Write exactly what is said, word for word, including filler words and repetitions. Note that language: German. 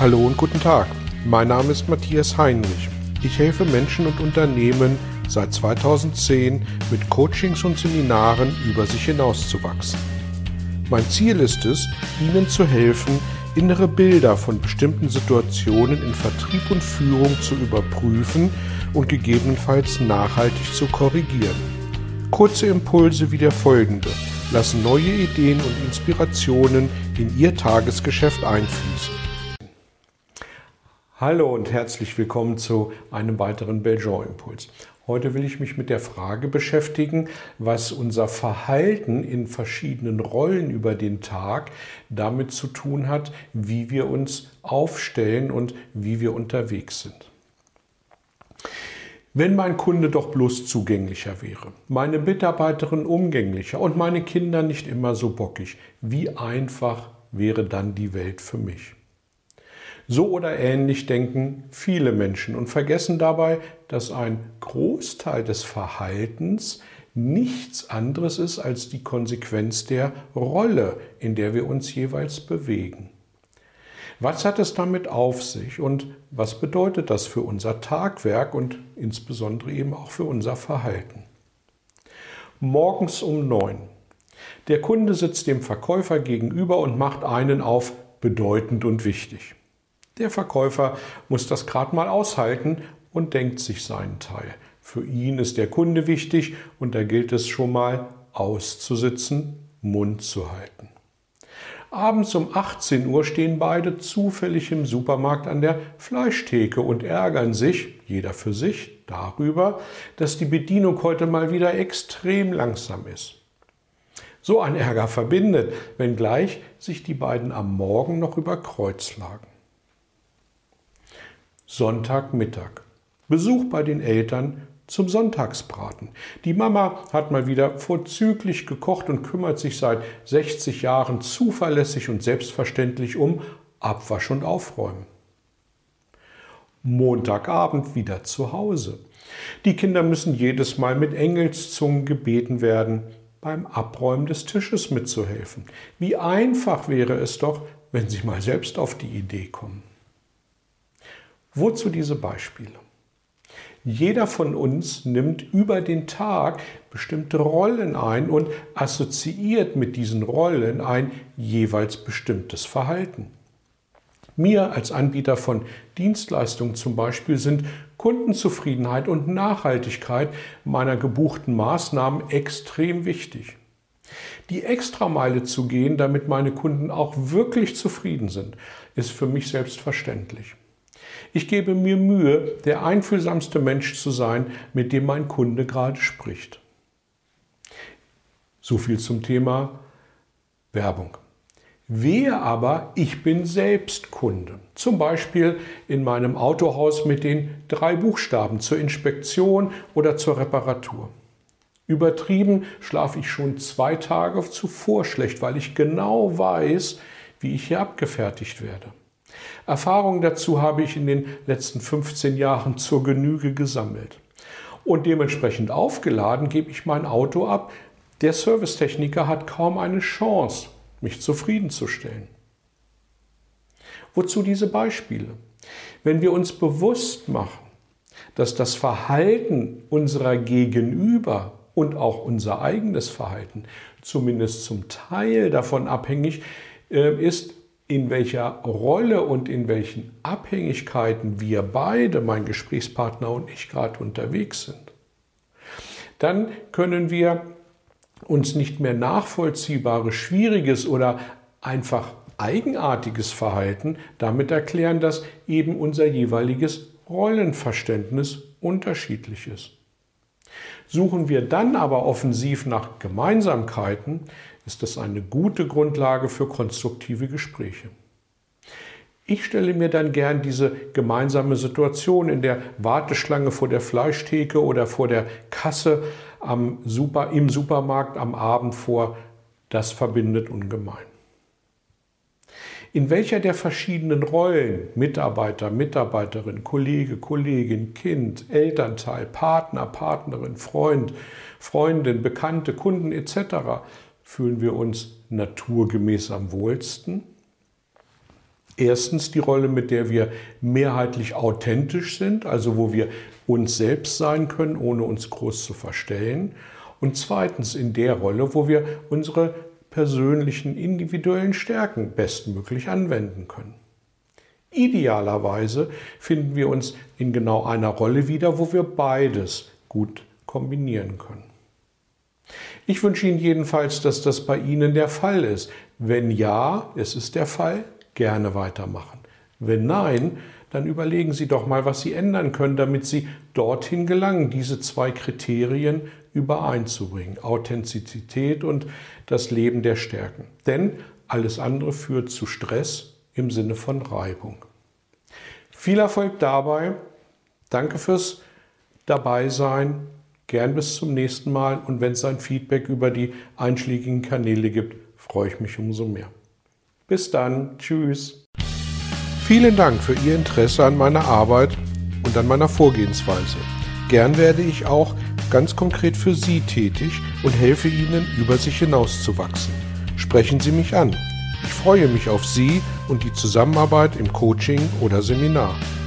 Hallo und guten Tag. Mein Name ist Matthias Heinrich. Ich helfe Menschen und Unternehmen seit zweitausendzehn mit Coachings und Seminaren über sich hinauszuwachsen. Mein Ziel ist es, Ihnen zu helfen, innere Bilder von bestimmten Situationen in Vertrieb und Führung zu überprüfen und gegebenenfalls nachhaltig zu korrigieren. Kurze Impulse wie der folgende lassen neue Ideen und Inspirationen in Ihr Tagesgeschäft einfließen. Hallo und herzlich willkommen zu einem weiteren Belgian-Impuls. Heute will ich mich mit der Frage beschäftigen, was unser Verhalten in verschiedenen Rollen über den Tag damit zu tun hat, wie wir uns aufstellen und wie wir unterwegs sind. Wenn mein Kunde doch bloß zugänglicher wäre, meine Mitarbeiterin umgänglicher und meine Kinder nicht immer so bockig, wie einfach wäre dann die Welt für mich? So oder ähnlich denken viele Menschen und vergessen dabei, dass ein Großteil des Verhaltens nichts anderes ist als die Konsequenz der Rolle, in der wir uns jeweils bewegen. Was hat es damit auf sich und was bedeutet das für unser Tagwerk und insbesondere eben auch für unser Verhalten? Morgens um neun. Der Kunde sitzt dem Verkäufer gegenüber und macht einen auf bedeutend und wichtig. Der Verkäufer muss das gerade mal aushalten und denkt sich seinen Teil. Für ihn ist der Kunde wichtig und da gilt es schon mal auszusitzen, Mund zu halten. Abends um achtzehn Uhr stehen beide zufällig im Supermarkt an der Fleischtheke und ärgern sich, jeder für sich, darüber, dass die Bedienung heute mal wieder extrem langsam ist. So ein Ärger verbindet, wenngleich sich die beiden am Morgen noch über Kreuz lagen. Sonntagmittag. Besuch bei den Eltern zum Sonntagsbraten. Die Mama hat mal wieder vorzüglich gekocht und kümmert sich seit sechzig Jahren zuverlässig und selbstverständlich um Abwasch und Aufräumen. Montagabend wieder zu Hause. Die Kinder müssen jedes Mal mit Engelszungen gebeten werden, beim Abräumen des Tisches mitzuhelfen. Wie einfach wäre es doch, wenn sie mal selbst auf die Idee kommen. Wozu diese Beispiele? Jeder von uns nimmt über den Tag bestimmte Rollen ein und assoziiert mit diesen Rollen ein jeweils bestimmtes Verhalten. Mir als Anbieter von Dienstleistungen zum Beispiel sind Kundenzufriedenheit und Nachhaltigkeit meiner gebuchten Maßnahmen extrem wichtig. Die Extrameile zu gehen, damit meine Kunden auch wirklich zufrieden sind, ist für mich selbstverständlich. Ich gebe mir Mühe, der einfühlsamste Mensch zu sein, mit dem mein Kunde gerade spricht. So viel zum Thema Werbung. Wehe aber, ich bin selbst Kunde. Zum Beispiel in meinem Autohaus mit den drei Buchstaben zur Inspektion oder zur Reparatur. Übertrieben schlafe ich schon zwei Tage zuvor schlecht, weil ich genau weiß, wie ich hier abgefertigt werde. Erfahrungen dazu habe ich in den letzten fünfzehn Jahren zur Genüge gesammelt. Und dementsprechend aufgeladen gebe ich mein Auto ab. Der Servicetechniker hat kaum eine Chance, mich zufriedenzustellen. Wozu diese Beispiele? Wenn wir uns bewusst machen, dass das Verhalten unserer Gegenüber und auch unser eigenes Verhalten zumindest zum Teil davon abhängig äh, ist, in welcher Rolle und in welchen Abhängigkeiten wir beide, mein Gesprächspartner und ich, gerade unterwegs sind, dann können wir uns nicht mehr nachvollziehbares, schwieriges oder einfach eigenartiges Verhalten damit erklären, dass eben unser jeweiliges Rollenverständnis unterschiedlich ist. Suchen wir dann aber offensiv nach Gemeinsamkeiten, ist das eine gute Grundlage für konstruktive Gespräche. Ich stelle mir dann gern diese gemeinsame Situation in der Warteschlange vor der Fleischtheke oder vor der Kasse am Super, im Supermarkt am Abend vor. Das verbindet ungemein. In welcher der verschiedenen Rollen, Mitarbeiter, Mitarbeiterin, Kollege, Kollegin, Kind, Elternteil, Partner, Partnerin, Freund, Freundin, Bekannte, Kunden et cetera, fühlen wir uns naturgemäß am wohlsten? Erstens die Rolle, mit der wir mehrheitlich authentisch sind, also wo wir uns selbst sein können, ohne uns groß zu verstellen. Und zweitens in der Rolle, wo wir unsere persönlichen, individuellen Stärken bestmöglich anwenden können. Idealerweise finden wir uns in genau einer Rolle wieder, wo wir beides gut kombinieren können. Ich wünsche Ihnen jedenfalls, dass das bei Ihnen der Fall ist. Wenn ja, es ist der Fall, gerne weitermachen. Wenn nein, dann überlegen Sie doch mal, was Sie ändern können, damit Sie dorthin gelangen, diese zwei Kriterien übereinzubringen. Authentizität und das Leben der Stärken. Denn alles andere führt zu Stress im Sinne von Reibung. Viel Erfolg dabei. Danke fürs Dabeisein. Gern bis zum nächsten Mal. Und wenn es ein Feedback über die einschlägigen Kanäle gibt, freue ich mich umso mehr. Bis dann. Tschüss. Vielen Dank für Ihr Interesse an meiner Arbeit und an meiner Vorgehensweise. Gern werde ich auch ganz konkret für Sie tätig und helfe Ihnen, über sich hinauszuwachsen. Sprechen Sie mich an. Ich freue mich auf Sie und die Zusammenarbeit im Coaching oder Seminar.